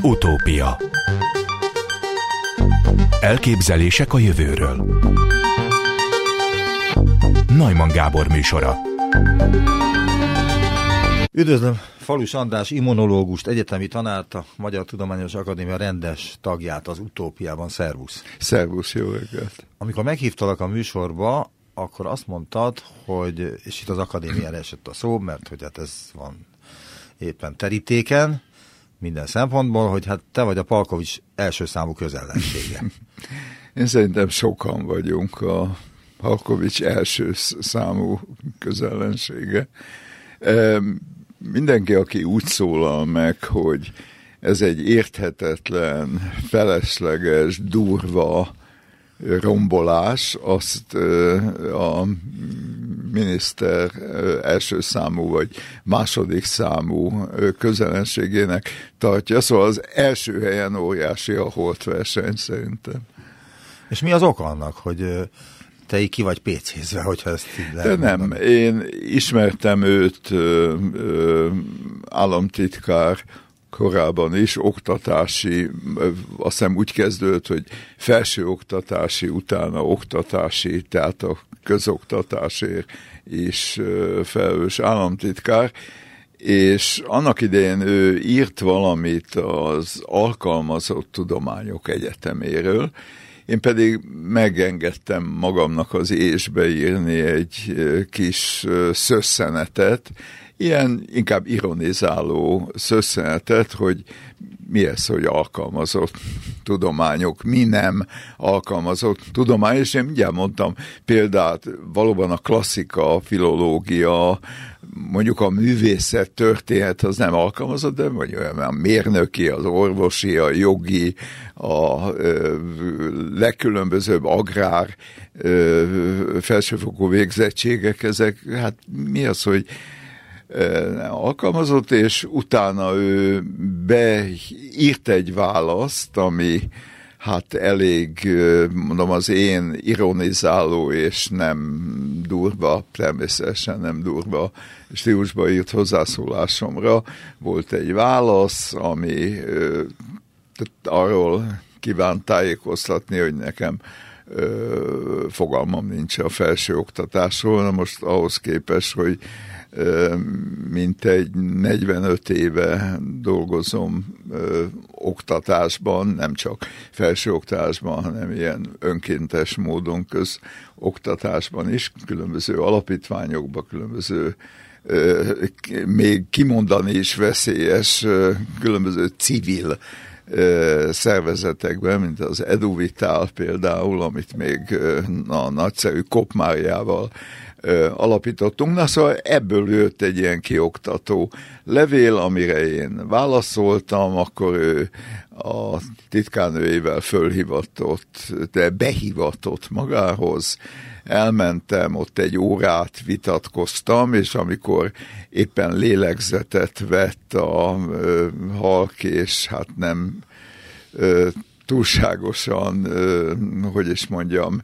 Utópia. Elképzelések a jövőről. Neumann Gábor műsora. Üdvözlöm Falus András immunológust, egyetemi tanárt, a Magyar Tudományos Akadémia rendes tagját az Utópiában. Szervusz! Szervusz, jó reggelt! Amikor meghívtalak a műsorba, akkor azt mondtad, hogy, és itt az akadémiára esett a szó, mert hogy hát ez van éppen terítéken, minden szempontból, hogy hát te vagy a Palkovics első számú közellensége. Én szerintem sokan vagyunk a Palkovics első számú közellensége. Mindenki, aki úgy szólal meg, hogy ez egy érthetetlen, felesleges, durva rombolás, azt a miniszter első számú vagy második számú közellenségének tartja. Szóval az első helyen óriási a holtverseny szerintem. És mi az oka annak, hogy te így ki vagy pécézve, hogyha ezt így lehet de nem, mondani? én ismertem őt államtitkár korábban is, oktatási, azt hiszem úgy kezdődött, hogy felsőoktatási, utána oktatási, tehát a közoktatásért is felelős államtitkár, és annak idején ő írt valamit az Alkalmazott Tudományok Egyeteméről, én pedig megengedtem magamnak az ésbe írni egy kis szösszenetet, ilyen inkább ironizáló szösszenetet, hogy mi ez, hogy alkalmazott tudományok, mi nem alkalmazott tudomány, és én mindjárt mondtam példát, valóban a klasszika, a filológia, mondjuk a művészet történet az nem alkalmazott, de vagy a mérnöki, az orvosi, a jogi, a legkülönbözőbb agrár felsőfokú végzettségek, ezek, hát mi az, hogy alkalmazott, és utána ő beírt egy választ, ami hát elég, mondom, az én ironizáló és nem durva, természetesen nem durva stílusba írt hozzászólásomra. Volt egy válasz, ami arról kívánt tájékoztatni, hogy nekem fogalmam nincs a felsőoktatásról, na most ahhoz képest, hogy mintegy 45 éve dolgozom oktatásban, nem csak felsőoktatásban, hanem ilyen önkéntes módon közoktatásban is, különböző alapítványokban, különböző még kimondani is veszélyes, különböző civil szervezetekben, mint az Eduvitál például, amit még a nagyszerű Kopp-Máriával alapítottunk. Na szóval ebből jött egy ilyen kioktató levél, amire én válaszoltam, akkor ő a titkárnőjével fölhivatott, de behivatott magához, elmentem, ott egy órát vitatkoztam, és amikor éppen lélegzetet vett a halk, és hát nem túlságosan, hogy is mondjam,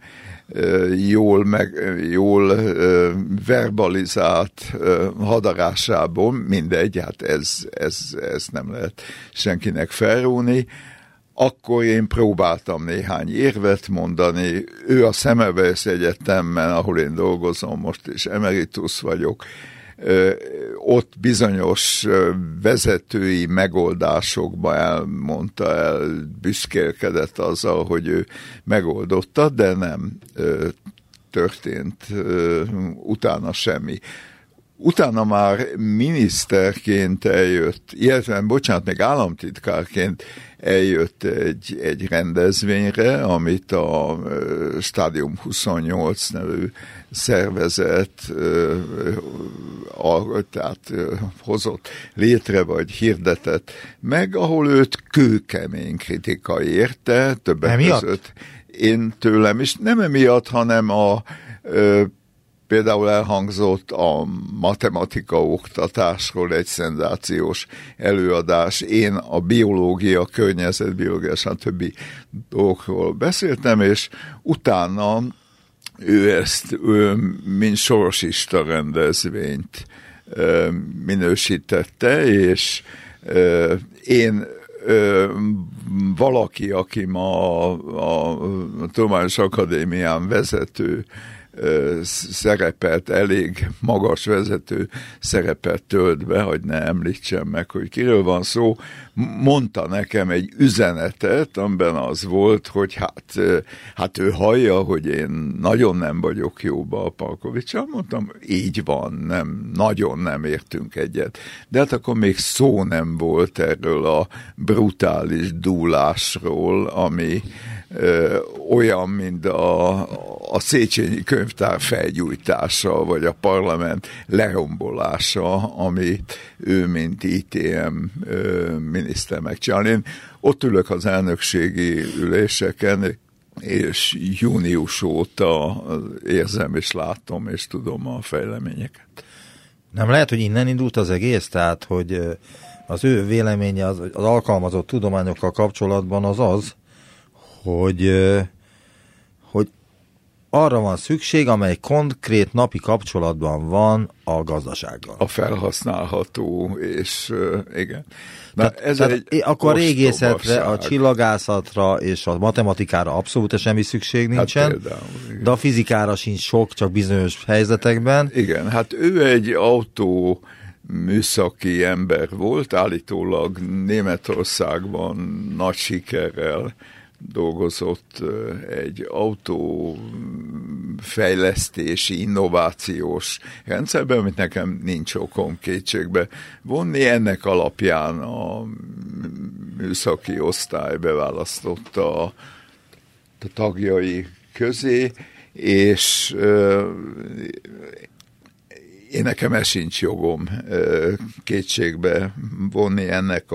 jól verbalizált hadarásából, mindegy, hát ez nem lehet senkinek felróni. Akkor én próbáltam néhány érvet mondani. Ő a Semmelweis Egyetemen, ahol én dolgozom, most is emeritus vagyok, ott bizonyos vezetői megoldásokba elmondta, büszkélkedett azzal, hogy ő megoldotta, de nem történt utána semmi. Utána már miniszterként eljött, illetve, még államtitkárként eljött egy rendezvényre, amit a Stádium 28 nevű szervezet tehát hozott létre, vagy hirdetett meg, ahol őt kőkemény kritika érte, többek között én tőlem is. Nem emiatt, hanem például elhangzott a matematika oktatásról egy szenzációs előadás. Én a biológia, környezetbiológia, stb. Dolgokról beszéltem, és utána ő ezt mint sorosista rendezvényt minősítette, és én valaki, aki ma a Tudományos Akadémián vezető szerepet, elég magas vezető szerepet tölt be, hogy ne említsem meg, hogy kiről van szó, mondta nekem egy üzenetet, amiben az volt, hogy hát ő hallja, hogy én nagyon nem vagyok jóba a Palkovics-sal. Mondtam, így van, nagyon nem értünk egyet. De hát akkor még szó nem volt erről a brutális dúlásról, ami olyan, mint a Széchenyi könyvtár felgyújtása, vagy a parlament lerombolása, amit ő, mint ITM miniszter megcsinál. Én ott ülök az elnökségi üléseken, és június óta érzem és látom, és tudom a fejleményeket. Nem lehet, hogy innen indult az egész? Tehát, hogy az ő véleménye az alkalmazott tudományokkal kapcsolatban az, hogy arra van szükség, amely konkrét napi kapcsolatban van a gazdasággal. A felhasználható, és igen. Akkor a régészetre, a csillagászatra és a matematikára abszolút semmi szükség nincsen, hát például, de a fizikára sincs sok, csak bizonyos helyzetekben. Igen, hát ő egy autó műszaki ember volt, állítólag Németországban nagy sikerrel dolgozott egy autófejlesztési, innovációs rendszerben, amit nekem nincs okom kétségbe vonni. Ennek alapján a műszaki osztály beválasztotta a tagjai közé, és én nekem ez sincs jogom kétségbe vonni ennek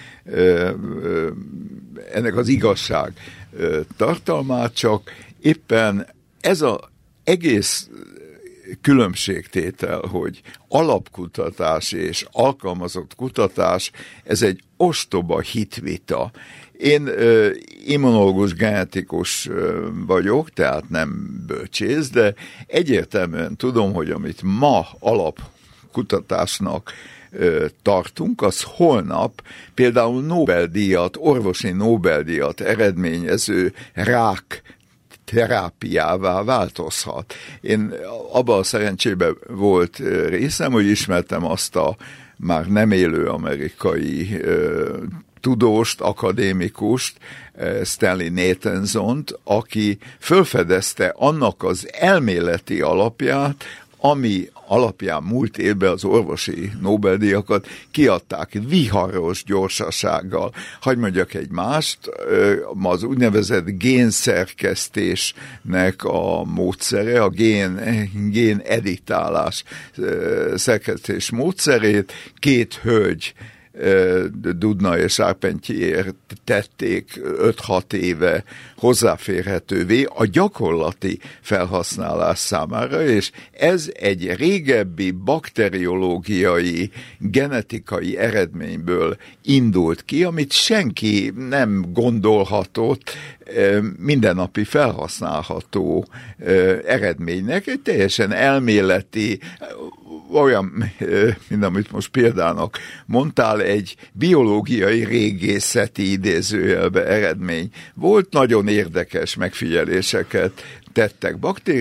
az igazság tartalmát, csak éppen ez az egész különbségtétel, hogy alapkutatás és alkalmazott kutatás, ez egy ostoba hitvita. Én immunológus, genetikus vagyok, tehát nem bölcsész, de egyértelműen tudom, hogy amit ma alapkutatásnak tartunk, az holnap például Nobel-díjat, orvosi Nobel-díjat eredményező rák terápiává változhat. Én abban a szerencsében volt részem, hogy ismertem azt a már nem élő amerikai tudóst, akadémikust, Stanley Nathanielt, aki felfedezte annak az elméleti alapját, ami alapján múlt évben az orvosi Nobel-díjakat kiadták viharos gyorsasággal. Hadd mondjak egy mást, az úgynevezett génszerkesztésnek a módszere, a gén editálás szerkesztés módszerét két hölgy, Dudna és Charpentier tették 5-6 éve hozzáférhetővé a gyakorlati felhasználás számára, és ez egy régebbi bakteriológiai, genetikai eredményből indult ki, amit senki nem gondolhatott mindennapi felhasználható eredménynek, egy teljesen elméleti, olyan, mint amit most példának mondtál, egy biológiai régészeti idézőjelbe eredmény volt, nagyon érdekes megfigyeléseket tettek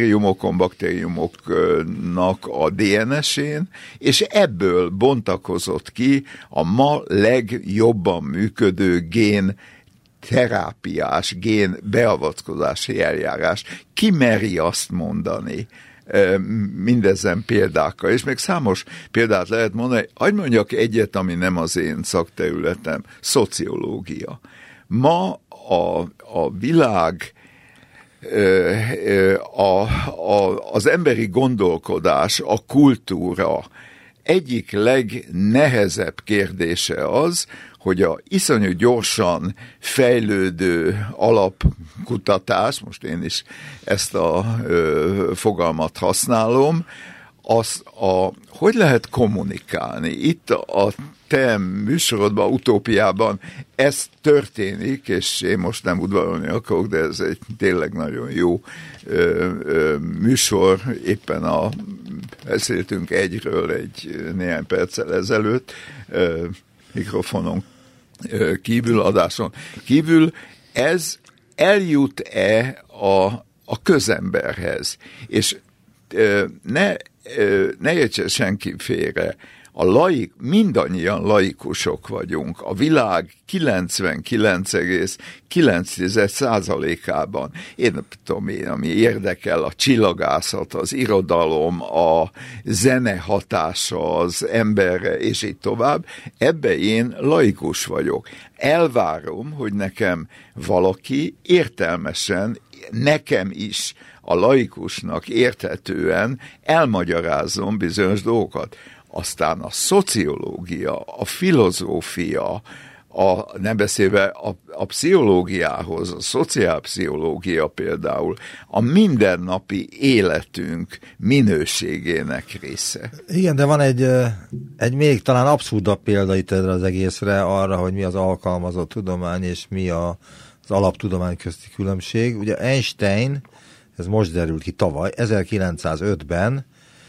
baktériumoknak a DNS-én, és ebből bontakozott ki a ma legjobban működő gén terápiás, gén beavatkozási eljárás. Ki meri azt mondani mindezen példákkal, és még számos példát lehet mondani. Hadd mondjak egyet, ami nem az én szakterületem, szociológia. Ma a világ, az emberi gondolkodás, a kultúra egyik legnehezebb kérdése az, hogy a iszonyú gyorsan fejlődő alapkutatás, most én is ezt a fogalmat használom, hogy lehet kommunikálni. Itt a te műsorodban, Utópiában ez történik, és én most nem udvarolni akarok, de ez egy tényleg nagyon jó műsor. Éppen beszéltünk egyről néhány perccel ezelőtt, mikrofonon adáson kívül, ez eljut-e a közemberhez? És ne értse senki félre, mindannyian laikusok vagyunk. A világ 99,9%-ában. Én nem tudom ami érdekel, a csillagászat, az irodalom, a zene hatása az emberre, és így tovább. Ebbe én laikus vagyok. Elvárom, hogy nekem valaki értelmesen, nekem is, a laikusnak érthetően elmagyarázzon bizonyos dolgokat. Aztán a szociológia, a filozófia, nem beszélve a pszichológiához, a szociálpszichológia például, a mindennapi életünk minőségének része. Igen, de van egy még talán abszurdabb példa itt erre az egészre, arra, hogy mi az alkalmazott tudomány, és mi az alaptudomány közti különbség. Ugye Einstein, ez most derült ki tavaly, 1905-ben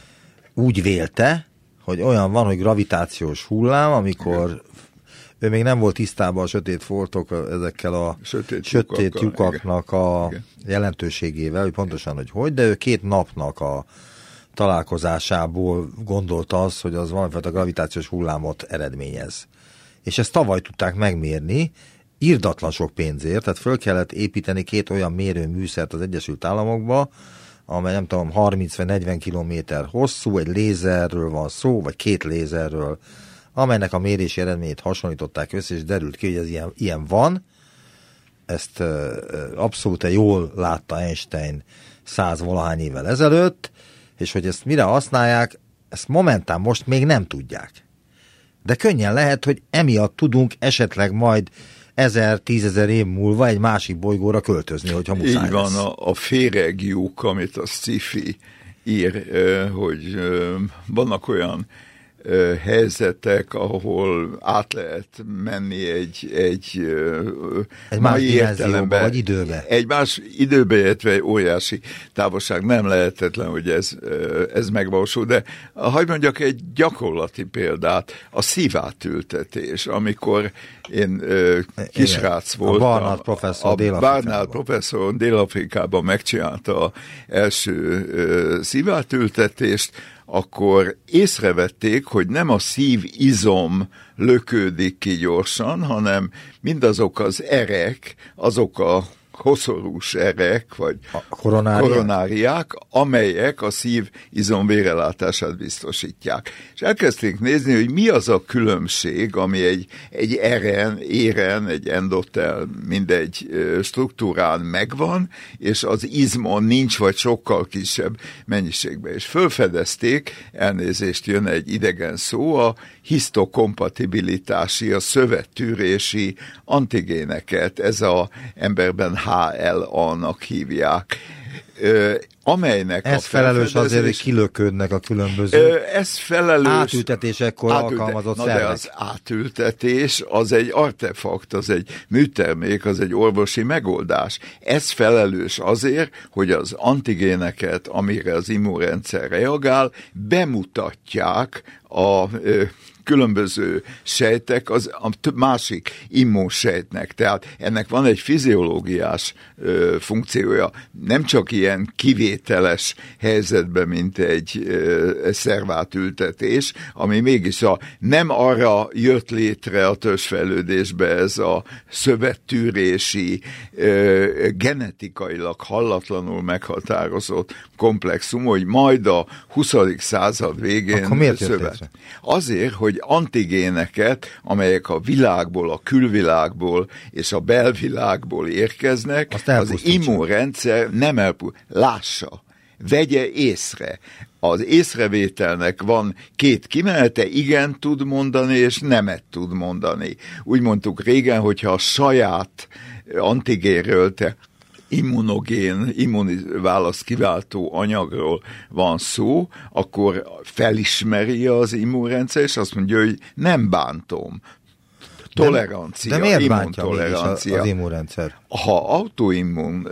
úgy vélte, hogy olyan van, hogy gravitációs hullám, amikor ő még nem volt tisztában a sötét foltok ezekkel a sötét lyukaknak a jelentőségével, hogy pontosan, hogy, de ő 2 napnak a találkozásából gondolta az, hogy az valamifajta gravitációs hullámot eredményez. És ezt tavaly tudták megmérni, irdatlan sok pénzért, tehát föl kellett építeni 2 olyan mérőműszert az Egyesült Államokba, amely nem tudom, 30 vagy 40 kilométer hosszú, egy lézerről van szó, vagy 2 lézerről, amelynek a mérési eredményét hasonlították össze, és derült ki, hogy ez ilyen van. Ezt abszolút jól látta Einstein 100-valahány évvel ezelőtt, és hogy ezt mire használják, ezt momentán most még nem tudják. De könnyen lehet, hogy emiatt tudunk esetleg majd 1000-10 000 év múlva egy másik bolygóra költözni, hogyha muszáj. Így van, a féreglyuk, amit a sci-fi ír, hogy vannak olyan helyzetek, ahol át lehet menni egy más dimenzióba, vagy időbe. Egy más időbe, illetve egy óriási távolság. Nem lehetetlen, hogy ez megvalósul, de hadd mondjak egy gyakorlati példát, a szívátültetés, amikor én kisrác voltam. A Barnard professzor Dél-Afrikában. Barnard professzor Dél-Afrikában megcsinálta az első szívátültetést, akkor észrevették, hogy nem a szívizom lökődik ki gyorsan, hanem mindazok az erek, azok a koszorús erek, vagy koronáriák, amelyek a szívizom vérellátását biztosítják. És elkezdték nézni, hogy mi az a különbség, ami egy éren, egy endotel, mindegy struktúrán megvan, és az izmon nincs, vagy sokkal kisebb mennyiségben. És fölfedezték, elnézést, jön egy idegen szó, a hisztokompatibilitási, a szövettűrési antigéneket, ez az emberben HLA-nak hívják, amelynek ez felelős azért, hogy kilöködnek a különböző átültetésekor alkalmazott szervek. De az átültetés az egy artefakt, az egy műtermék, az egy orvosi megoldás. Ez felelős azért, hogy az antigéneket, amire az immunrendszer reagál, bemutatják a különböző sejtek a másik immunsejtnek. Tehát ennek van egy fiziológiás funkciója, nem csak ilyen kivételes helyzetben, mint egy szervátültetés, ami mégis nem arra jött létre a törzsfejlődésbe ez a szövettűrési, genetikailag hallatlanul meghatározott komplexum, hogy majd a 20. század végén szövet. Azért, hogy antigéneket, amelyek a világból, a külvilágból és a belvilágból érkeznek, az immunrendszer nem lássa, vegye észre. Az észrevételnek van 2 kimenete, igen tud mondani, és nemet tud mondani. Úgy mondtuk régen, hogyha a saját antigénről, immunválaszt kiváltó anyagról van szó, akkor felismeri az immunrendszer, és azt mondja, hogy nem bántom. Tolerancia. De miért bántja az immunrendszer? Ha autoimmun...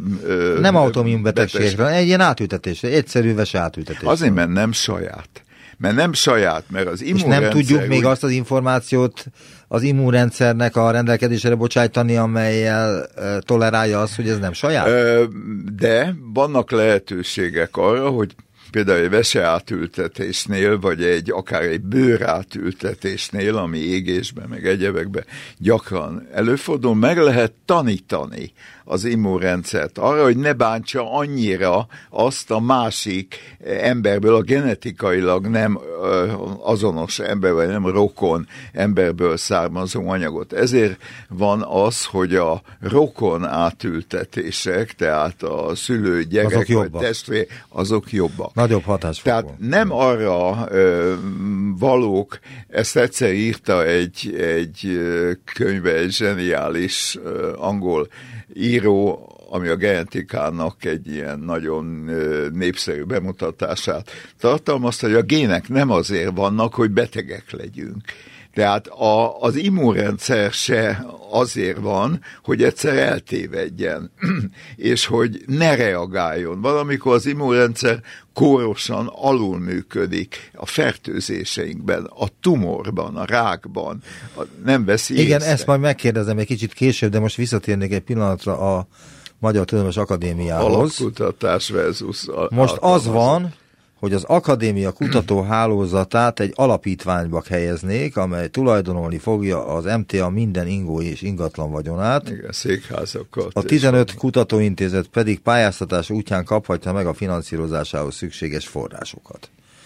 nem autoimmun betegségre, egy ilyen átültetésre, egyszerű vese átültetésre. Azért, mert nem saját. mert nem saját, mert az immunrendszer... És nem tudjuk még azt az információt az immunrendszernek a rendelkezésre bocsájtani, amellyel tolerálja azt, hogy ez nem saját? De vannak lehetőségek arra, hogy például egy veseátültetésnél, vagy akár egy bőrátültetésnél, ami égésben, meg egyebekben gyakran előfordul, meg lehet tanítani az immunrendszert arra, hogy ne bántsa annyira azt a másik emberből, a genetikailag nem azonos ember, vagy nem rokon emberből származó anyagot. Ezért van az, hogy a rokon átültetések, tehát a szülő, gyerek vagy testvér, azok jobbak. Nagyobb hatásfokú. Tehát nem arra valók, ezt egyszer írta egy könyve, egy zseniális angol író, ami a genetikának egy ilyen nagyon népszerű bemutatását tartalmazta, hogy a gének nem azért vannak, hogy betegek legyünk. Tehát az immunrendszer se azért van, hogy egyszer eltévedjen, és hogy ne reagáljon. Valamikor az immunrendszer kórosan alulműködik a fertőzéseinkben, a tumorban, a rákban, nem veszi észre. Igen, ezt majd megkérdezem egy kicsit később, de most visszatérnék egy pillanatra a Magyar Tudományos Akadémiához. Alapkutatás versus... Most az van, hogy az akadémia kutatóhálózatát egy alapítványba helyeznék, amely tulajdonolni fogja az MTA minden ingó és ingatlan vagyonát. Igen, székházakat. A 15 kutatóintézet pedig pályáztatás útján kaphatja meg a finanszírozásához szükséges forrásokat.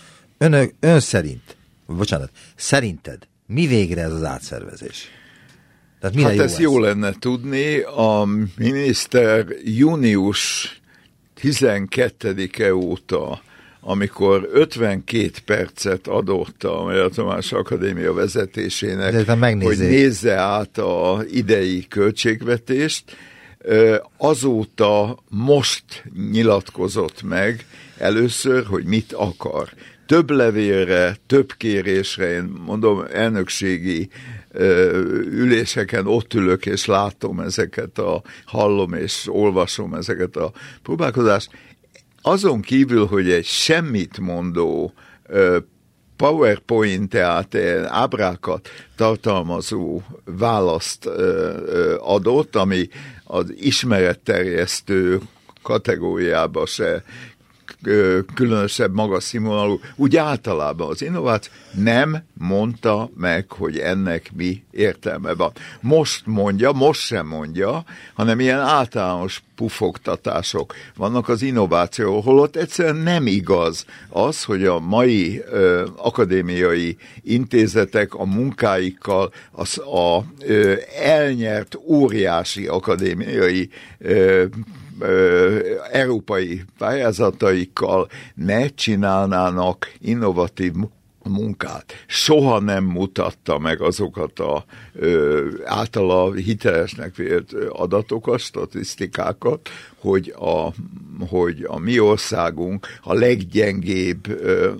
Szerinted mi végre ez az átszervezés? Tehát hát ez jó lenne tudni. A miniszter június 12-e óta, amikor 52 percet adott a Magyar Tudományos Akadémia vezetésének, hogy nézze át az idei költségvetést, azóta most nyilatkozott meg először, hogy mit akar. Több levélre, több kérésre, én mondom, elnökségi üléseken ott ülök, és látom ezeket hallom és olvasom ezeket a próbálkozást. Azon kívül, hogy egy semmit mondó PowerPoint, tehát ábrákat tartalmazó választ adott, ami az ismeretterjesztő kategóriába se különösebb magas színvonalú, úgy általában az innováció nem mondta meg, hogy ennek mi értelme van. Most sem mondja, hanem ilyen általános pufogtatások vannak az innováció, holott egyszerűen nem igaz az, hogy a mai akadémiai intézetek a munkáikkal elnyert óriási akadémiai európai pályázataikkal ne csinálnának innovatív munkát. Soha nem mutatta meg azokat általa hitelesnek vélt adatokat, statisztikákat, hogy a mi országunk a leggyengébb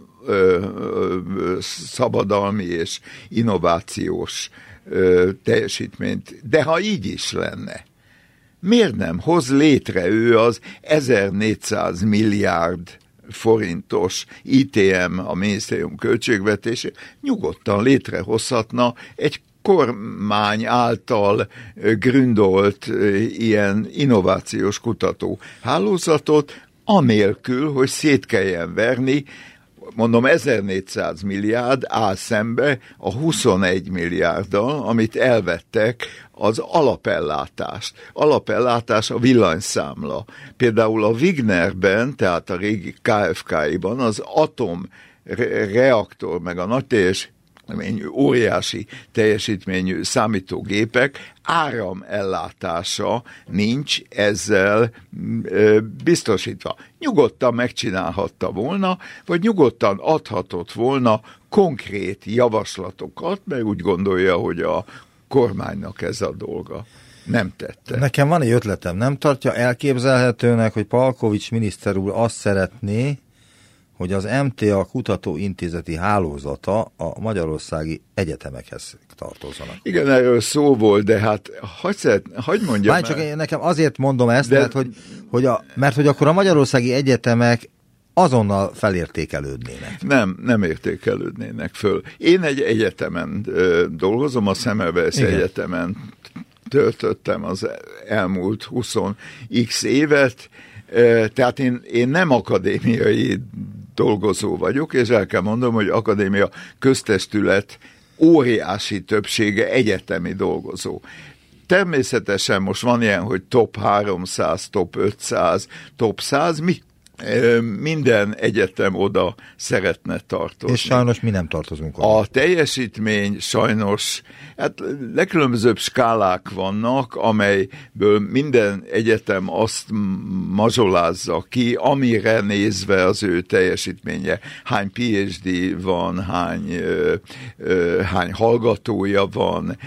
szabadalmi és innovációs teljesítményt. De ha így is lenne, miért nem hoz létre ő az 1400 milliárd forintos ITM, a minisztérium költségvetése, nyugodtan létrehozhatna egy kormány által gründolt ilyen innovációs kutató hálózatot, anélkül, hogy szét kelljen verni, mondom, 1400 milliárd áll szembe a 21 milliárddal, amit elvettek az alapellátást. Alapellátás a villanyszámla. Például a Wignerben, tehát a régi KFK-ban az atomreaktor, meg a nagy óriási teljesítményű számítógépek áramellátása nincs ezzel biztosítva. Nyugodtan megcsinálhatta volna, vagy nyugodtan adhatott volna konkrét javaslatokat, mert úgy gondolja, hogy a kormánynak ez a dolga. Nem tette. Nekem van egy ötletem. Nem tartja elképzelhetőnek, hogy Palkovics miniszter úr azt szeretné, hogy az MTA kutatóintézeti hálózata a magyarországi egyetemekhez tartozzanak. Igen, erről szó volt, de hát hagy mondjam már. Csak nekem azért mondom ezt, mert hogy akkor a magyarországi egyetemek azonnal felértékelődnének. Nem értékelődnének föl. Én egy egyetemen dolgozom, a Semmelweis Egyetemen töltöttem az elmúlt 20x évet, tehát én nem akadémiai dolgozó vagyok, és el kell mondom, hogy akadémia köztestület óriási többsége egyetemi dolgozó. Természetesen most van ilyen, hogy top 300, top 500, top 100, minden egyetem oda szeretne tartozni. És sajnos mi nem tartozunk oda. A teljesítmény sajnos, hát legkülönbözőbb skálák vannak, amelyből minden egyetem azt mazsolázza ki, amire nézve az ő teljesítménye. Hány PhD van, hány hallgatója van,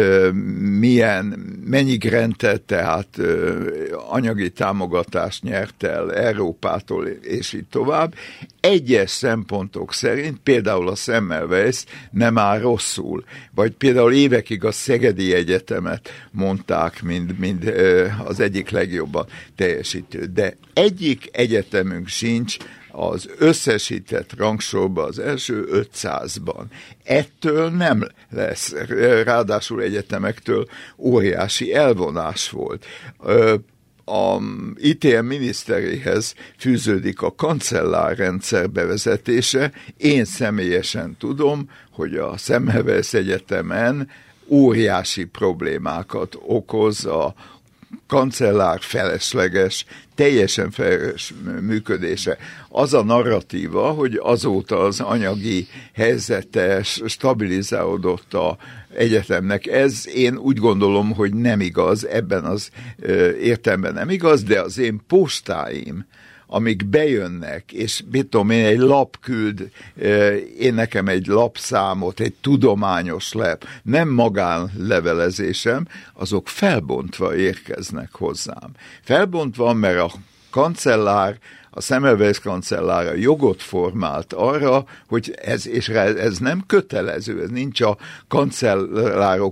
mennyi grantet, tehát anyagi támogatást nyert el Európától, és így tovább. Egyes szempontok szerint, például a Semmelweis nem áll rosszul, vagy például évekig a Szegedi Egyetemet mondták, mint az egyik legjobban teljesítő. De egyik egyetemünk sincs az összesített rangsorban az első 500-ban. Ettől nem lesz, ráadásul egyetemektől óriási elvonás volt. A ITM miniszteréhez fűződik a kancellárrendszer bevezetése. Én személyesen tudom, hogy a Semmelweis Egyetemen óriási problémákat okoz a kancellár felesleges, teljesen felesleges működése. Az a narratíva, hogy azóta az anyagi helyzete stabilizálódott a egyetemnek. Ez én úgy gondolom, hogy nem igaz, ebben az értelemben nem igaz, de az én postáim, amik bejönnek, és mit tudom én, egy lap küld, én nekem egy lapszámot, egy tudományos lap, nem magánlevelezésem, azok felbontva érkeznek hozzám. Felbontva, mert a kancellár, a Semmelweis kancellára jogot formált arra, hogy ez nem kötelező, ez nincs a kancellárok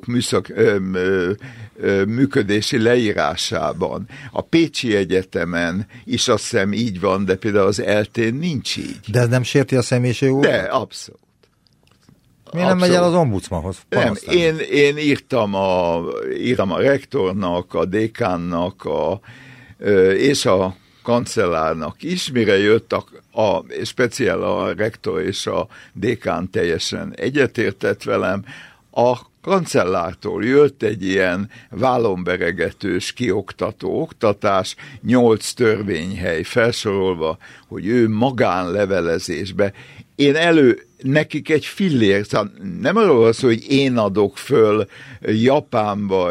működési leírásában. A Pécsi Egyetemen is azt hiszem így van, de például az ELTE-n nincs így. De ez nem sérti a személyiségjogot? De, abszolút. Miért nem megy el az ombudsmanhoz? Nem, én írtam a rektornak, a dékánnak, és a kancellárnak is, mire jött speciál a rektor és a dékán teljesen egyetértett velem, a kancellártól jött egy ilyen vállomberegetős kioktató oktatás, 8 törvényhely felsorolva, hogy ő magánlevelezésbe. Nekik egy fillér, nem arról van szó, hogy én adok föl Japánba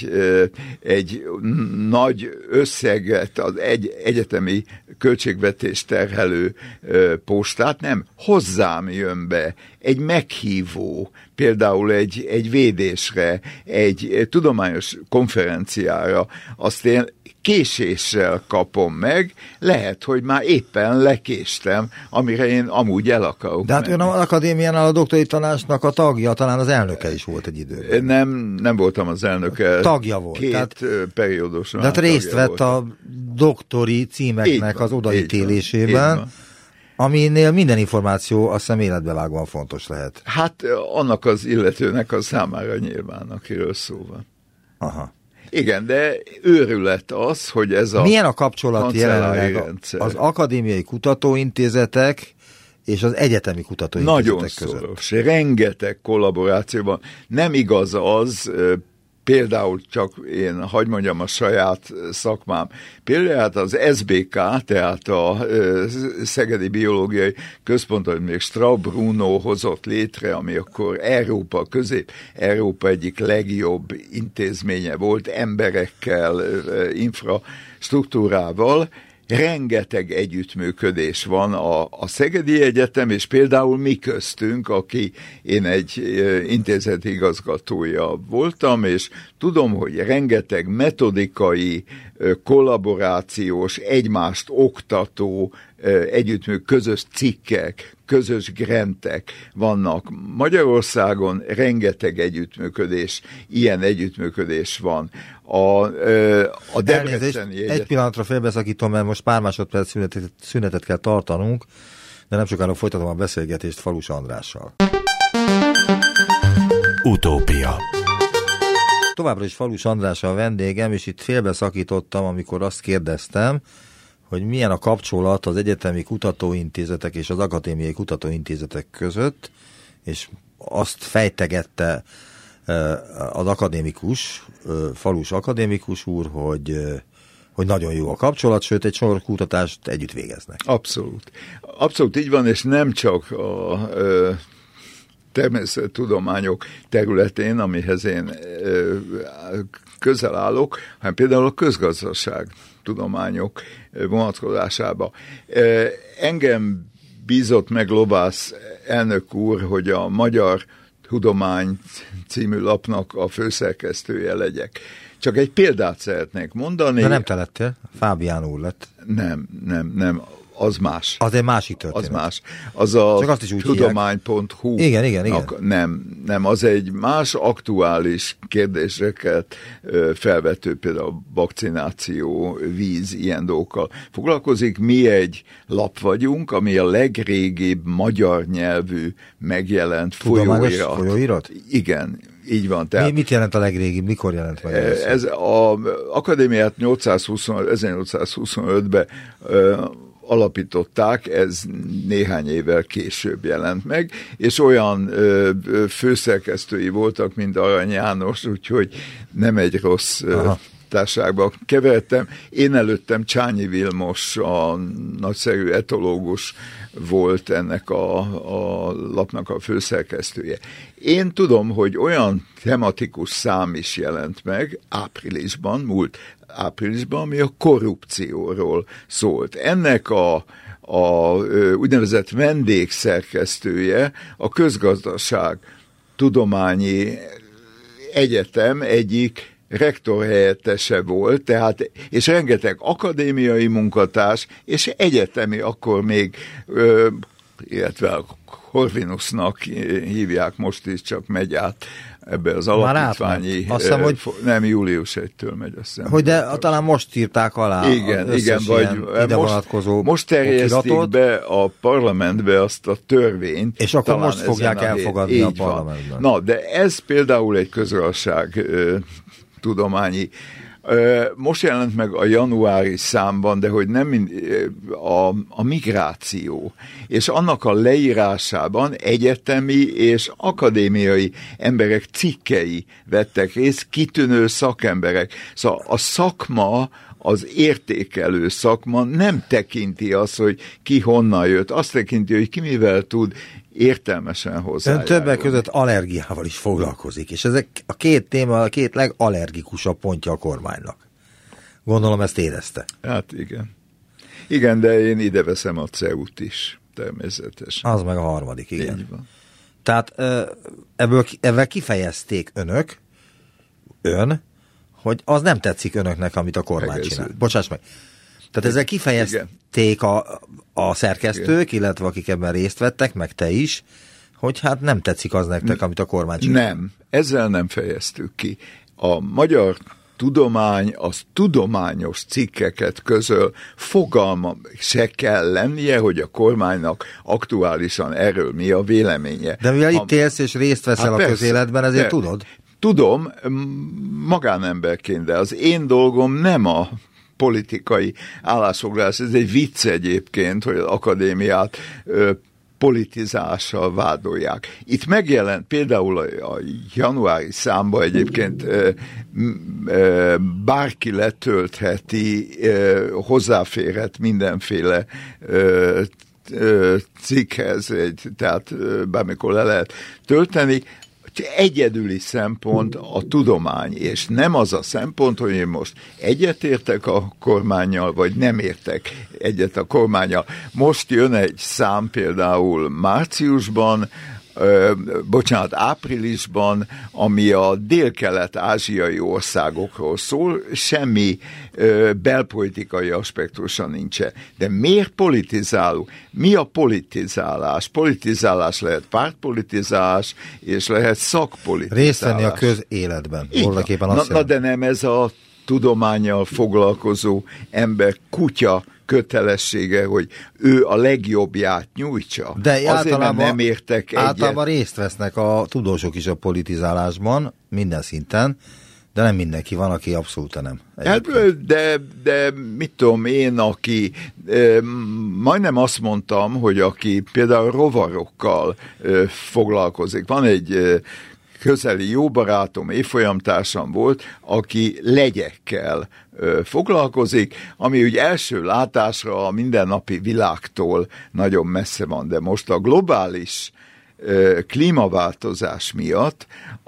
egy nagy összeget, az egyetemi költségvetés terhelő postát, nem, hozzám jön be egy meghívó, például egy védésre, egy tudományos konferenciára, azt én késéssel kapom meg, lehet, hogy már éppen lekéstem, amire én amúgy el akarok. De hát ön az akadémiánál a doktori tanácsnak a tagja, talán az elnöke is volt egy időben. Nem voltam az elnöke. Tagja volt. 2 perióduson. De hát részt vett a doktori címeknek az odaítélésében, aminél minden információ azt hiszem életbevágóan fontos lehet. Hát annak az illetőnek a számára nyilván, akiről szó van. Aha. Igen, de őrület az, hogy ez a milyen a kapcsolat jelenleg az akadémiai kutatóintézetek és az egyetemi kutatóintézetek között? Nagyon szoros, rengeteg kollaborációban. Nem igaz az, például csak én, hadd mondjam a saját szakmám, például az SBK, tehát a Szegedi Biológiai Központ, amit még Straub Bruno hozott létre, ami akkor Közép-Európa egyik legjobb intézménye volt, emberekkel, infrastruktúrával, rengeteg együttműködés van a Szegedi Egyetem, és például mi köztünk, én egy intézeti igazgatója voltam, és tudom, hogy rengeteg metodikai, kollaborációs, egymást oktató közös cikkek, közös grantek vannak. Magyarországon rengeteg együttműködés, ilyen együttműködés van. A Debreceni egy pillanatra félbeszakítom, mert most pár másodperc szünetet kell tartanunk, de nem sokára folytatom a beszélgetést Falus Andrással. Utópia. Továbbra is Falus András a vendégem, és itt félbeszakítottam, amikor azt kérdeztem, hogy milyen a kapcsolat az egyetemi kutatóintézetek és az akadémiai kutatóintézetek között, és azt fejtegette az akadémikus, Falus akadémikus úr, hogy nagyon jó a kapcsolat, sőt egy sor kutatást együtt végeznek. Abszolút. Abszolút így van, és nem csak a természettudományok területén, amihez én közel állok, hanem például a közgazdaság tudományok vonatkozásába. Engem bízott meg Lovász elnök úr, hogy a Magyar Tudomány című lapnak a főszerkesztője legyek. Csak egy példát szeretnék mondani. De nem te lettél, Fábián úr lett. Nem. Az más. Az egy másik történet. Az más. Az a tudomány.hu. Igen. Nem, az egy más aktuális kérdéseket felvető, például vakcináció, víz, ilyen dolgokkal foglalkozik. Mi egy lap vagyunk, ami a legrégibb magyar nyelvű megjelent folyóirat. Igen. Így van. Tehát, mit jelent a legrégibb? Mikor jelent meg? Ez az akadémiát 1825-ben alapították, ez néhány évvel később jelent meg, és olyan főszerkesztői voltak, mint Arany János, úgyhogy nem egy rossz társaságba keveredtem. Én előttem Csányi Vilmos, a nagyszerű etológus volt ennek a lapnak a főszerkesztője. Én tudom, hogy olyan tematikus szám is jelent meg múlt áprilisban, ami a korrupcióról szólt. Ennek a úgynevezett vendégszerkesztője a Közgazdaság Tudományi Egyetem egyik rektorhelyettese volt, tehát, és rengeteg akadémiai munkatárs, és egyetemi akkor még, illetve Corvinusnak hívják most is, csak megy át ebbe az alapítványi... Nem, július 1-től megy, azt hiszem. Hogy de talán most írták alá igen, vagy most terjesztik be a parlamentbe azt a törvényt. És akkor most fogják elfogadni a parlamentben. Na, de ez például egy közgazdaság tudományi. Most jelent meg a januári számban, de hogy nem a migráció, és annak a leírásában egyetemi és akadémiai emberek cikkei vettek részt, kitűnő szakemberek. Szóval a szakma, az értékelő szakma nem tekinti azt, hogy ki honnan jött, azt tekinti, hogy ki mivel tud értelmesen hozzájárulni. Ön többek között allergiával is foglalkozik, és ezek a két téma a két legallergikusabb pontja a kormánynak. Gondolom ezt érezte. Hát igen. Igen, de én ide veszem a CEU-t is, természetesen. Az meg a harmadik, igen. Így van. Tehát ebből kifejezték ön, hogy az nem tetszik önöknek, amit a kormány csinál. Bocsáss meg. Tehát ezzel kifejezték a szerkesztők, illetve akik ebben részt vettek, meg te is, hogy hát nem tetszik az nektek, amit a kormány csinál. Nem, ezzel nem fejeztük ki. A magyar tudomány az tudományos cikkeket közöl, fogalma se kell lennie, hogy a kormánynak aktuálisan erről mi a véleménye. De mivel itt élsz és részt veszel a közéletben, ezért tudod? Tudom, magánemberként, de az én dolgom nem a politikai állásfoglalás. Ez egy vicc egyébként, hogy az akadémiát politizással vádolják. Itt megjelent például a januári számba egyébként bárki letöltheti, hozzáférhet mindenféle cikkhez, tehát bármikor le lehet tölteni. Egyedüli szempont a tudomány, és nem az a szempont, hogy én most egyetértek a kormánnyal, vagy nem értek egyet a kormánnyal. Most jön egy szám például márciusban, áprilisban, ami a dél-kelet-ázsiai országokról szól, semmi belpolitikai aspektusa nincsen. De miért politizálunk? Mi a politizálás? Politizálás lehet pártpolitizálás, és lehet szakpolitizálás. Részt venni a közéletben. Na, de nem ez a tudománnyal foglalkozó ember kutya kötelessége, hogy ő a legjobbját nyújtsa. De azért nem értek egyet. Általában részt vesznek a tudósok is a politizálásban, minden szinten, de nem mindenki van, aki abszolút nem. De mit tudom én, aki majdnem azt mondtam, hogy aki például rovarokkal foglalkozik. Van egy közeli jó barátom, évfolyamtársam volt, aki legyekkel foglalkozik, ami úgy első látásra a mindennapi világtól nagyon messze van, de most a globális klímaváltozás miatt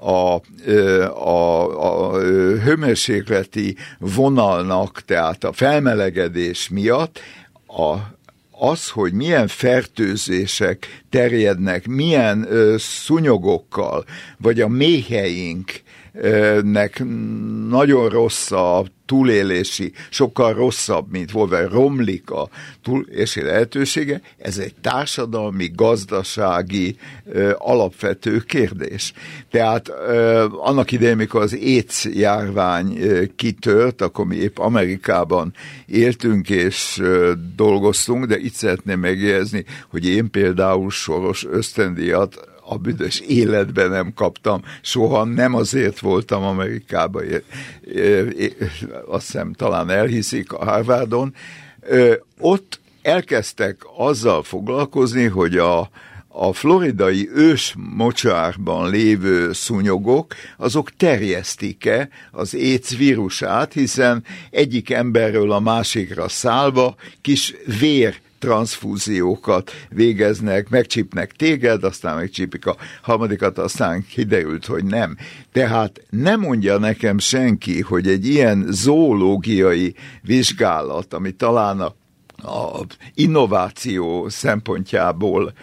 a hőmérsékleti vonalnak, tehát a felmelegedés miatt az, hogy milyen fertőzések terjednek, milyen szúnyogokkal, vagy a méheinknek nagyon rossz a túlélési, sokkal rosszabb, mint volt, romlik a túlélési lehetősége, ez egy társadalmi, gazdasági alapvető kérdés. Tehát annak idején, mikor az AIDS járvány kitört, akkor mi épp Amerikában éltünk és dolgoztunk, de itt szeretném megjegyezni, hogy én például Soros ösztöndíjat a büdös életben nem kaptam, soha nem azért voltam Amerikában, azt hiszem talán elhiszik a Harvardon. Ott elkezdtek azzal foglalkozni, hogy a floridai ősmocsárban lévő szúnyogok, azok terjesztik-e az AIDS vírusát, hiszen egyik emberről a másikra szállva kis transzfúziókat végeznek, megcsípnek téged, aztán megcsípik a harmadikat, aztán kiderült, hogy nem. Tehát nem mondja nekem senki, hogy egy ilyen zoológiai vizsgálat, ami talán a innováció szempontjából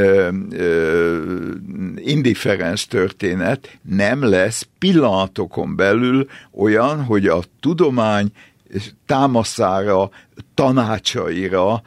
indifferens történet, nem lesz pillanatokon belül olyan, hogy a tudomány támaszára, tanácsaira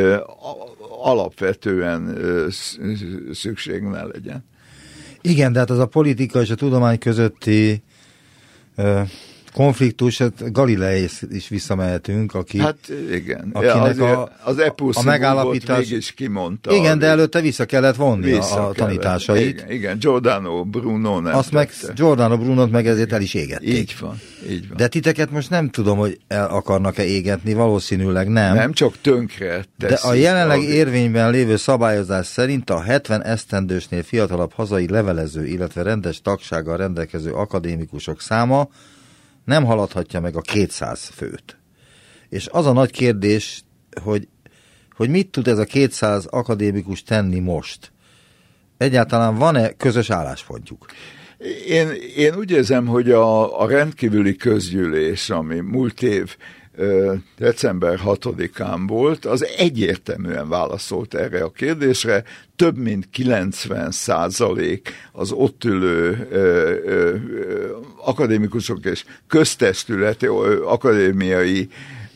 alapvetően szükség ne legyen. Igen, de hát az a politika és a tudomány közötti konfliktus, hát Galileész is visszamehetünk, aki... Hát igen, akinek az Epus megállapítás mégis kimondta. Igen, de előtte vissza kellett vonni a tanításait. Igen, Giordano Bruno nem azt meg Giordano Brunot meg ezért el is égették. Így van. De titeket most nem tudom, hogy el akarnak-e égetni, valószínűleg nem. Nem, csak tönkre teszik. De a jelenleg érvényben lévő szabályozás szerint a 70 esztendősnél fiatalabb hazai levelező, illetve rendes tagsággal rendelkező akadémikusok száma nem haladhatja meg a 200 főt. És az a nagy kérdés, hogy mit tud ez a 200 akadémikus tenni most? Egyáltalán van-e közös álláspontjuk? Én úgy érzem, hogy a rendkívüli közgyűlés, ami múlt év december 6-án volt, az egyértelműen válaszolt erre a kérdésre. Több mint 90% az ott ülő akadémikusok és köztestületi akadémiai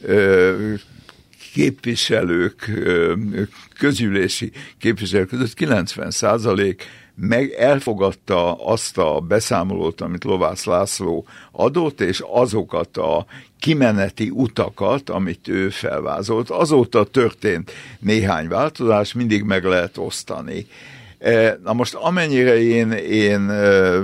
képviselők, közgyűlési képviselők között 90% meg elfogadta azt a beszámolót, amit Lovász László adott, és azokat a kimeneti utakat, amit ő felvázolt. Azóta történt néhány változás, mindig meg lehet osztani. Na most amennyire én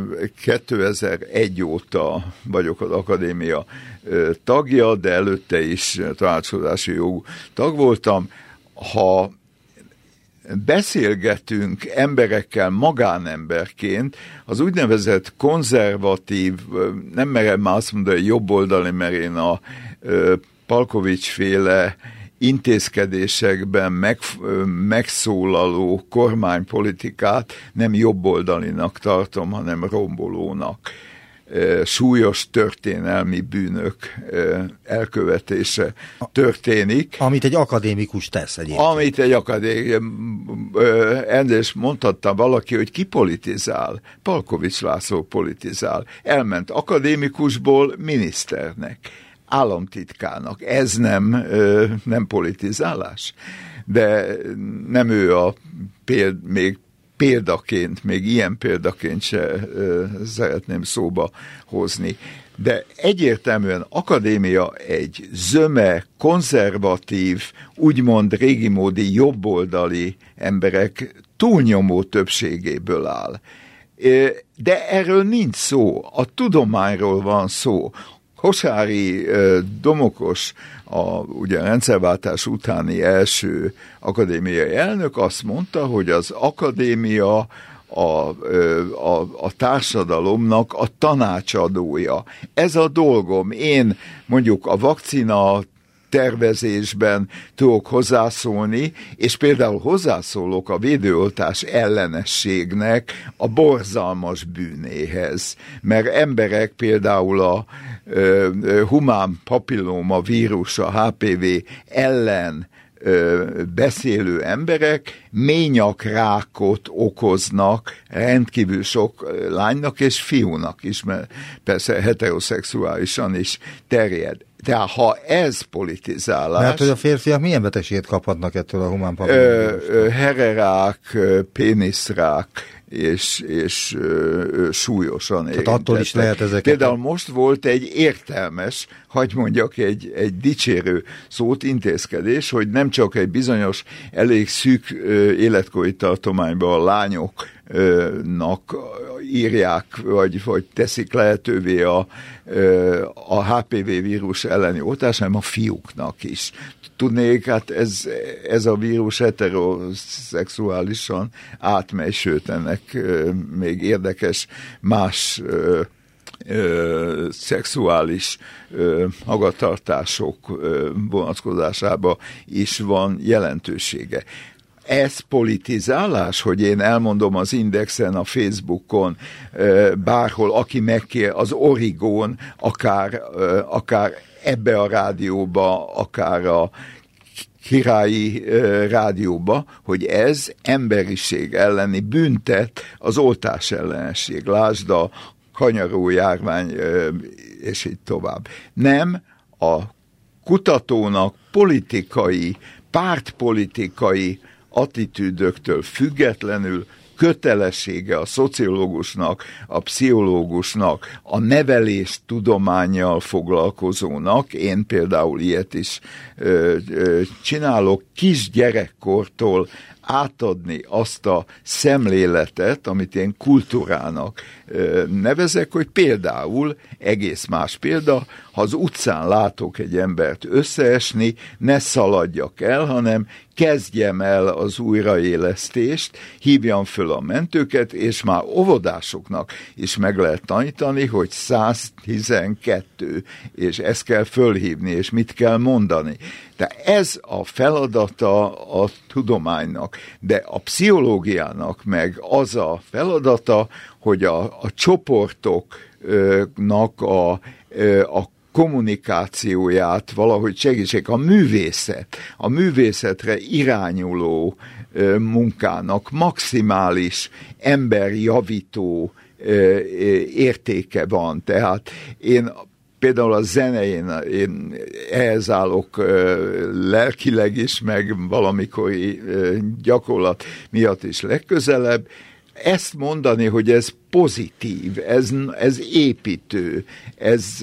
2001 óta vagyok az akadémia tagja, de előtte is tanácskozási jogú tag voltam, ha beszélgetünk emberekkel magánemberként, az úgynevezett konzervatív, nem merem már azt mondani, jobboldali, mert én a Palkovics-féle intézkedésekben megszólaló kormánypolitikát nem jobboldalinak tartom, hanem rombolónak. súlyos történelmi bűnök elkövetése történik. Amit egy akadémikus tesz egyébként. Amit egy akadémikus, mondhatta valaki, hogy ki politizál. Palkovics László politizál. Elment akadémikusból miniszternek, államtitkának. Ez nem politizálás? De nem ő még ilyen példaként se szeretném szóba hozni. De egyértelműen akadémia egy zöme, konzervatív, úgymond régimódi jobboldali emberek túlnyomó többségéből áll. De erről nincs szó, a tudományról van szó. Hosáry Domokos, ugye a rendszerváltás utáni első akadémiai elnök azt mondta, hogy az akadémia a társadalomnak a tanácsadója. Ez a dolgom. Én mondjuk a vakcina tervezésben tudok hozzászólni, és például hozzászólok a védőoltás ellenességnek a borzalmas bűnéhez. Mert emberek például a humán papilloma vírus, a HPV ellen beszélő emberek ményakrákot okoznak rendkívül sok lánynak és fiúnak is, mert persze heteroszexuálisan is terjed. Tehát ha ez politizálás... Mert hogy a férfiak milyen betegséget kaphatnak ettől a humán papillomavírustól? Hererák, péniszrák, és súlyosan érintettek. Tehát attól is lehet ezeket... Például most volt egy értelmes, hagy mondjak egy dicsérő szót, intézkedés, hogy nem csak egy bizonyos, elég szűk életkori tartományban a lányoknak írják, vagy teszik lehetővé a HPV vírus elleni oltást, hanem a fiúknak is. Tudnék, hát ez a vírus heteroszexuálisan átmegy, sőt ennek még érdekes más szexuális magatartások vonatkozásában is van jelentősége. Ez politizálás, hogy én elmondom az Indexen, a Facebookon, bárhol, aki megkér, az Origón, akár ebbe a rádióba, akár a királyi rádióba, hogy ez emberiség elleni büntet az oltás ellenesség. Lásd a kanyaró járvány, és így tovább. Nem a kutatónak pártpolitikai attitűdöktől függetlenül kötelessége a szociológusnak, a pszichológusnak, a neveléstudománnyal foglalkozónak, én például ilyet is csinálok, kisgyerekkortól átadni azt a szemléletet, amit én kultúrának nevezek, hogy például, egész más példa, ha az utcán látok egy embert összeesni, ne szaladjak el, hanem kezdjem el az újraélesztést, hívjam föl a mentőket, és már óvodásoknak is meg lehet tanítani, hogy 112, és ezt kell fölhívni, és mit kell mondani. De ez a feladata a tudománynak, de a pszichológiának meg az a feladata, hogy a csoportoknak a kommunikációját valahogy segítsék. A művészetre irányuló munkának maximális emberjavító értéke van. Tehát én például a zenején én ehhez állok lelkileg is, meg valamikori gyakorlat miatt is legközelebb. Ezt mondani, hogy ez pozitív, ez építő, ez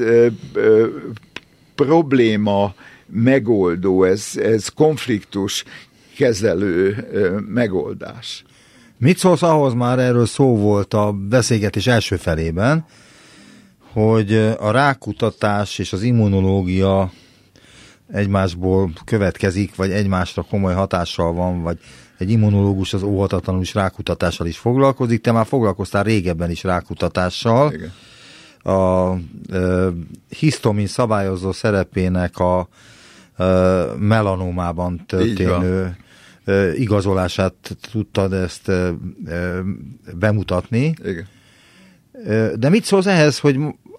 probléma megoldó, ez konfliktus kezelő megoldás. Mit szólsz ahhoz, már erről szó volt a beszélgetés első felében, hogy a rákutatás és az immunológia egymásból következik, vagy egymásra komoly hatással van, vagy egy immunológus az óhatatlanul is rákutatással is foglalkozik. Te már foglalkoztál régebben is rákutatással. Igen. A hisztomin szabályozó szerepének a melanomában történő igazolását tudtad ezt bemutatni. Igen. De mit szólsz ehhez, hogy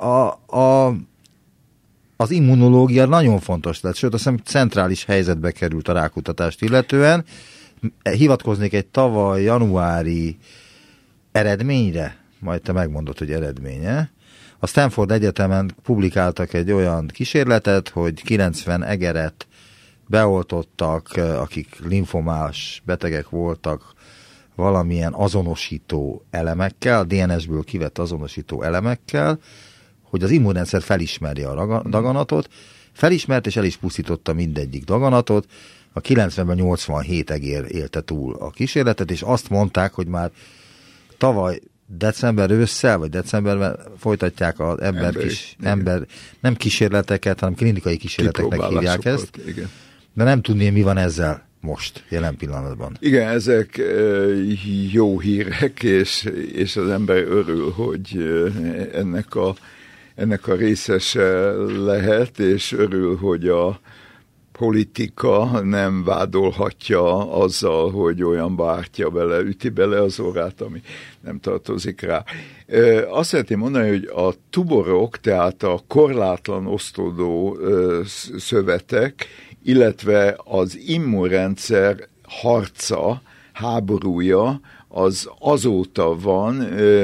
az immunológia nagyon fontos lett, sőt, azt hiszem centrális helyzetbe került a rákutatást illetően. Hivatkoznék egy tavaly januári eredményre, majd te megmondod, hogy eredménye. A Stanford Egyetemen publikáltak egy olyan kísérletet, hogy 90 egeret beoltottak, akik linfomás betegek voltak, valamilyen azonosító elemekkel, DNS-ből kivett azonosító elemekkel, hogy az immunrendszer felismerje a daganatot, felismert és el is pusztította mindegyik daganatot, a 90-ben 87 egér élte túl a kísérletet, és azt mondták, hogy már tavaly december ősszel, vagy decemberben folytatják az ember nem kísérleteket, hanem klinikai kísérleteknek hívják ezt. Igen. De nem tudni, mi van ezzel most, jelen pillanatban. Igen, ezek jó hírek, és az ember örül, hogy ennek a részese lehet, és örül, hogy a politika nem vádolhatja azzal, hogy olyan bártya bele, üti bele az orrát, ami nem tartozik rá. Azt szeretném mondani, hogy a tumorok, tehát a korlátlan osztódó szövetek, illetve az immunrendszer harca, háborúja, az azóta van,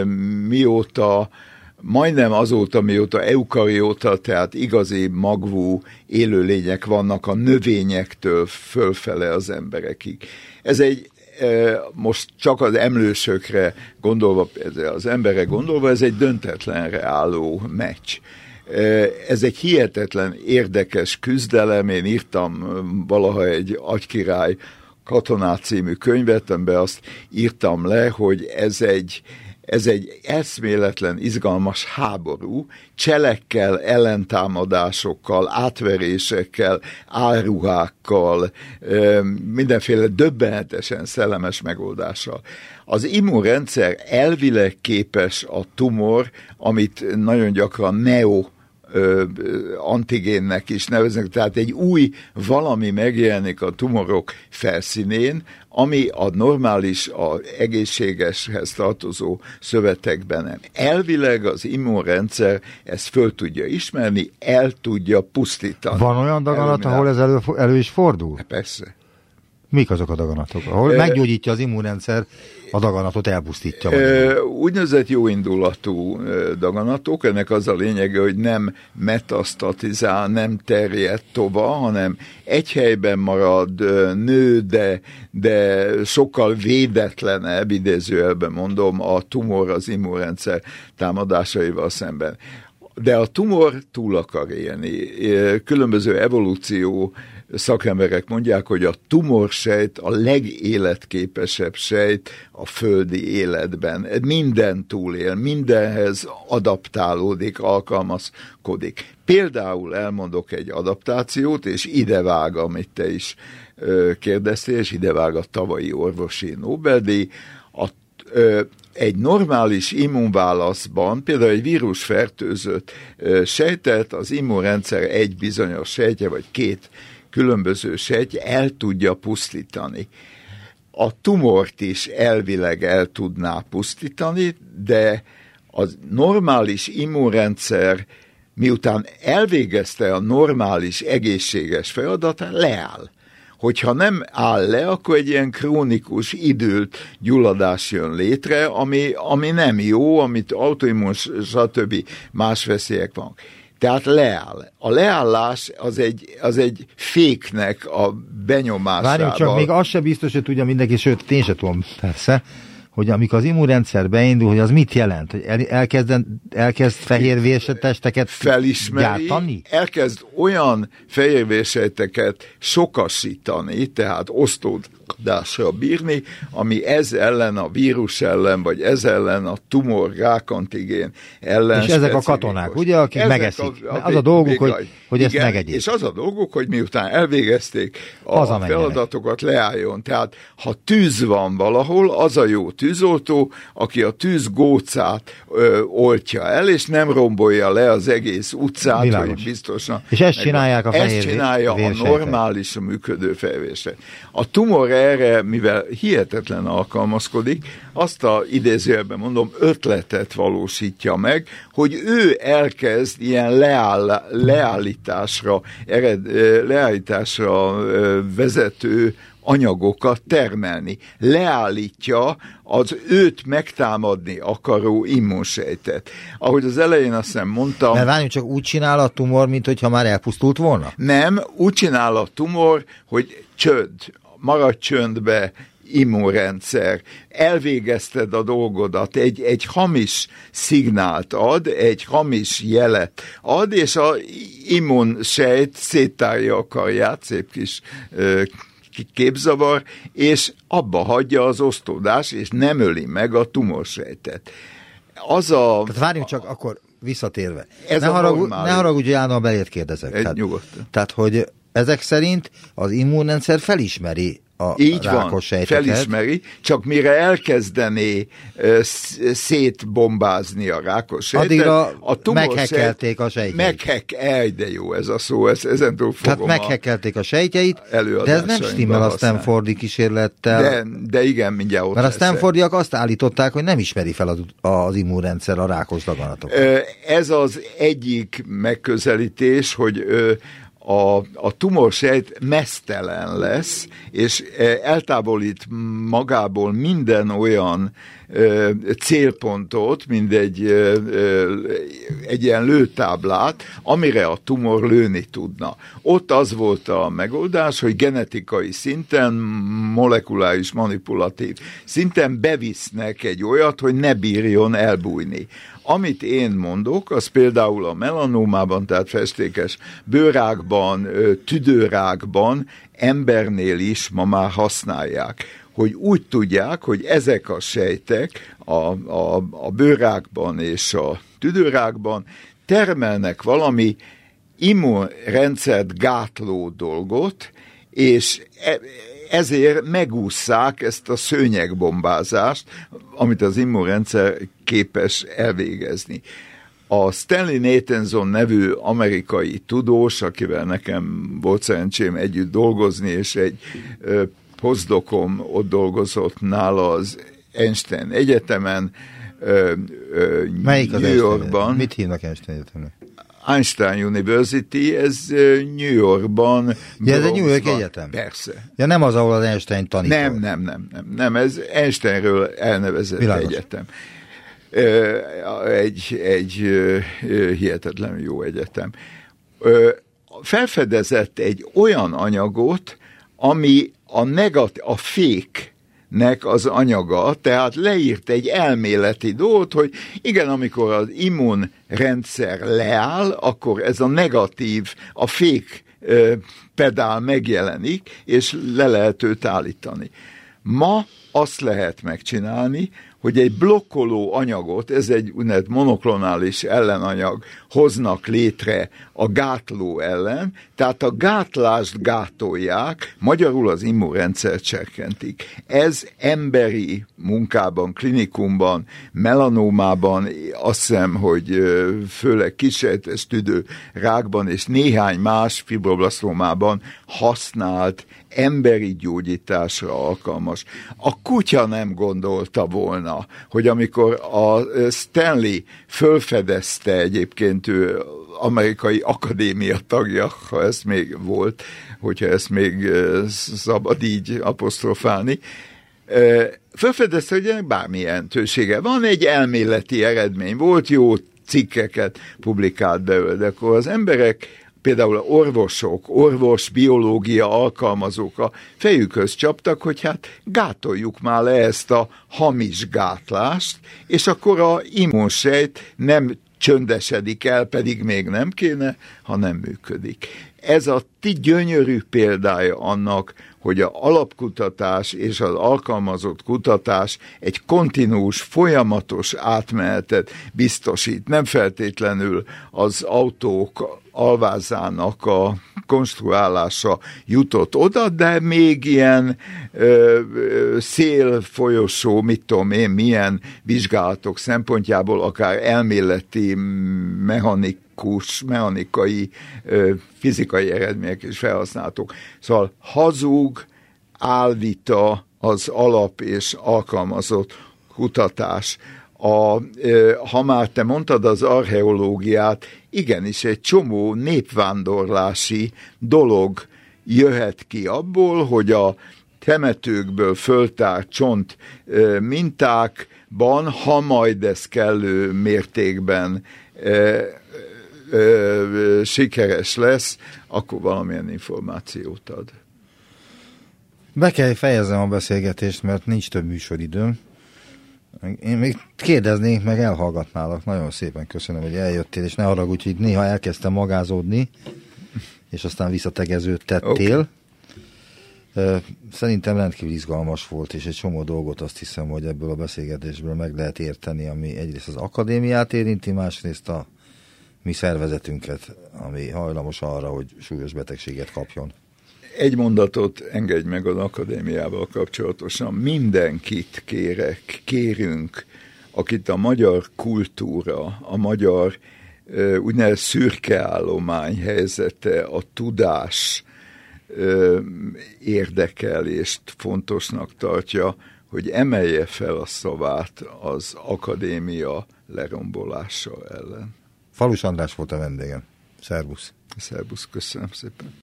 majdnem azóta, mióta eukarióta, tehát igazi magvú élőlények vannak a növényektől fölfele az emberekig. Ez egy, most csak az emlősökre gondolva, az emberre gondolva, ez egy döntetlenre álló meccs. Ez egy hihetetlen érdekes küzdelem, én írtam valaha egy Agykirály katonát című könyvet, amiben azt írtam le, hogy ez egy eszméletlen, izgalmas háború, cselekkel, ellentámadásokkal, átverésekkel, álruhákkal, mindenféle döbbenetesen szellemes megoldással. Az immunrendszer elvileg képes a tumor, amit nagyon gyakran antigénnek is neveznek, tehát egy új valami megjelenik a tumorok felszínén, ami a normális, az egészségeshez tartozó szövetekben nem. Elvileg az immunrendszer ezt föl tudja ismerni, el tudja pusztítani. Van olyan daganat, ahol ez elő is fordul? Persze. Mik azok a daganatok? Ahol meggyógyítja az immunrendszer, a daganatot elpusztítja? Úgynevezett jóindulatú daganatok, ennek az a lényege, hogy nem metasztatizál, nem terjed tovább, hanem egy helyben marad, nő, de sokkal védetlenebb, idézőjelben mondom, a tumor az immunrendszer támadásaival szemben. De a tumor túl akar élni. Különböző evolúció szakemberek mondják, hogy a tumorsejt a legéletképesebb sejt a földi életben. Minden túlél, mindenhez adaptálódik, alkalmazkodik. Például elmondok egy adaptációt, és idevág, amit te is kérdeztél, és idevág a tavalyi orvosi Nobel-díj. Egy normális immunválaszban, például egy vírusfertőzött sejtet, az immunrendszer egy bizonyos sejtje, vagy két különböző sejtje el tudja pusztítani. A tumort is elvileg el tudná pusztítani, de a normális immunrendszer, miután elvégezte a normális, egészséges feladatát, leáll. Hogyha nem áll le, akkor egy ilyen krónikus, idült gyulladás jön létre, ami nem jó, amit autoimmun, stb. Más veszélyek vannak. Tehát leáll. A leállás az egy féknek a benyomásával. Várjunk csak, még az se biztos, hogy tudja mindenki, sőt, én se tudom, persze, hogy amikor az immunrendszer beindul, hogy az mit jelent? Hogy elkezd fehérvérsejteket gyártani? Elkezd olyan fehérvérsejteket sokasítani, tehát osztódásra bírni, ami ez ellen, a vírus ellen, vagy ez ellen, a tumor, rákantigén ellen. És ezek a katonák, ugye, akik megeszik. Az a dolguk, hogy ezt megegyék. És az a dolguk, hogy miután elvégezték a feladatokat, leálljon. Tehát, ha tűz van valahol, az a jó tűzoltó, aki a tűzgócát oltja el, és nem rombolja le az egész utcát, Világos. hogy biztosan. És ezt csinálják a fehér Ezt csinálja a vérsejtek. normálisan működő fejvérsejt. A tumor erre, mivel hihetetlen alkalmazkodik, azt a idézőjelben mondom, ötletet valósítja meg, hogy ő elkezd ilyen leállításra vezető anyagokat termelni. Leállítja az őt megtámadni akaró immunsejtet. Ahogy az elején azt hiszem mondtam... Mert várjunk, csak úgy csinál a tumor, mint hogyha már elpusztult volna? Nem, úgy csinál a tumor, hogy maradj csöndbe, immunrendszer, elvégezted a dolgodat, egy hamis szignált ad, egy hamis jelet ad, és az immunsejt széttárja a karját, szép kis képzavar, és abba hagyja az osztódás, és nem öli meg a tumorsejtet. Tehát várjunk csak akkor visszatérve. Ne haragudj, hogy állandóan belét kérdezek. Nyugodtan. Tehát, hogy ezek szerint az immunrendszer felismeri a így rákos van, sejteket. felismeri, csak mire elkezdené szétbombázni a rákos sejtet, addigra a meghekkelték a sejtjeit. De jó ez a szó, ezen túl fogom. Tehát meghekkelték a sejtjeit, de ez nem stimmel a Stanfordi kísérlettel. De igen, mindjárt ott mert a Stanfordiak azt állították, hogy nem ismeri fel az immunrendszer a rákos daganatokat. Ez az egyik megközelítés, hogy a tumorsejt meztelen lesz, és eltávolít magából minden olyan célpontot, mint egy ilyen lőtáblát, amire a tumor lőni tudna. Ott az volt a megoldás, hogy genetikai szinten, molekuláris manipulatív szinten bevisznek egy olyat, hogy ne bírjon elbújni. Amit én mondok, az például a melanómában, tehát festékes bőrrákban, tüdőrákban, embernél is ma már használják, hogy úgy tudják, hogy ezek a sejtek a bőrrákban és a tüdőrákban termelnek valami immunrendszert gátló dolgot, és ezért megússzák ezt a szőnyegbombázást, amit az immunrendszer képes elvégezni. A Stanley Nathanson nevű amerikai tudós, akivel nekem volt szerencsém együtt dolgozni, és egy posztdokom ott dolgozott nála az Einstein Egyetemen, melyik az New Yorkban. Mit hívnak Einstein Egyetemnek? Einstein University, ez New Yorkban. Ja, ez egy New York egyetem? Persze. Ja, nem az, ahol az Einstein tanító. Nem, ez Einsteinről elnevezett Világos. egyetem. Egy hihetetlen jó egyetem. Felfedezett egy olyan anyagot, ami a féknek az anyaga, tehát leírt egy elméleti dolgot, hogy igen, amikor az immunrendszer leáll, akkor ez a negatív, a fék pedál megjelenik, és le lehet őt állítani. Ma azt lehet megcsinálni, hogy egy blokkoló anyagot, ez egy úgynevezett monoklonális ellenanyag, hoznak létre a gátló ellen, tehát a gátlást gátolják, magyarul az immunrendszert csökkentik. Ez emberi munkában, klinikumban, melanómában, azt hiszem, hogy főleg kísérletes tüdő rákban és néhány más fibroblasztómában használt emberi gyógyításra alkalmas. A kutya nem gondolta volna, hogy amikor a Stanley fölfedezte, egyébként ő amerikai akadémia tagja, ha ez még volt, hogyha ezt még szabad így apostrofálni, fölfedezte, hogy ennek bármilyen tősége van, egy elméleti eredmény volt, jó cikkeket publikált belőle, de akkor az emberek, például orvosok, orvosbiológia alkalmazók a fejükhöz csaptak, hogy hát gátoljuk már le ezt a hamis gátlást, és akkor a immunsejt nem csöndesedik el, pedig még nem kéne, ha nem működik. Ez a ti gyönyörű példája annak, hogy az alapkutatás és az alkalmazott kutatás egy kontinuus, folyamatos átmenetet biztosít. Nem feltétlenül az autók alvázának a konstruálása jutott oda, de még ilyen szélfolyosó, mit tudom én, milyen vizsgálatok szempontjából, akár elméleti, mechanikai, fizikai eredmények is felhasználhatók. Szóval hazug, álvita az alap és alkalmazott kutatás. Ha már te mondtad az archeológiát, igenis egy csomó népvándorlási dolog jöhet ki abból, hogy a temetőkből föltárt csont mintákban, ha majd ez kellő mértékben sikeres lesz, akkor valamilyen információt ad. Be kell fejeznem a beszélgetést, mert nincs több műsoridőm. Én még kérdeznék, meg elhallgatnálak. Nagyon szépen köszönöm, hogy eljöttél, és ne haragudj, hogy néha elkezdtem magázódni, és aztán visszategeződtettél. Okay. Szerintem rendkívül izgalmas volt, és egy csomó dolgot azt hiszem, hogy ebből a beszélgetésből meg lehet érteni, ami egyrészt az akadémiát érinti, másrészt a mi szervezetünket, ami hajlamos arra, hogy súlyos betegséget kapjon. Egy mondatot engedj meg az akadémiával kapcsolatosan. Mindenkit kérünk, akit a magyar kultúra, a magyar úgynevezett szürkeállomány helyzete, a tudás érdekel és fontosnak tartja, hogy emelje fel a szavát az akadémia lerombolása ellen. Falus András volt a vendégem. Szervusz. Szervusz, köszönöm szépen.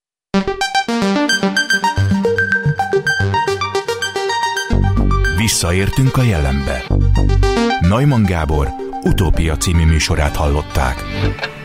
Visszaértünk a jelenbe. Neumann Gábor Utópia című műsorát hallották.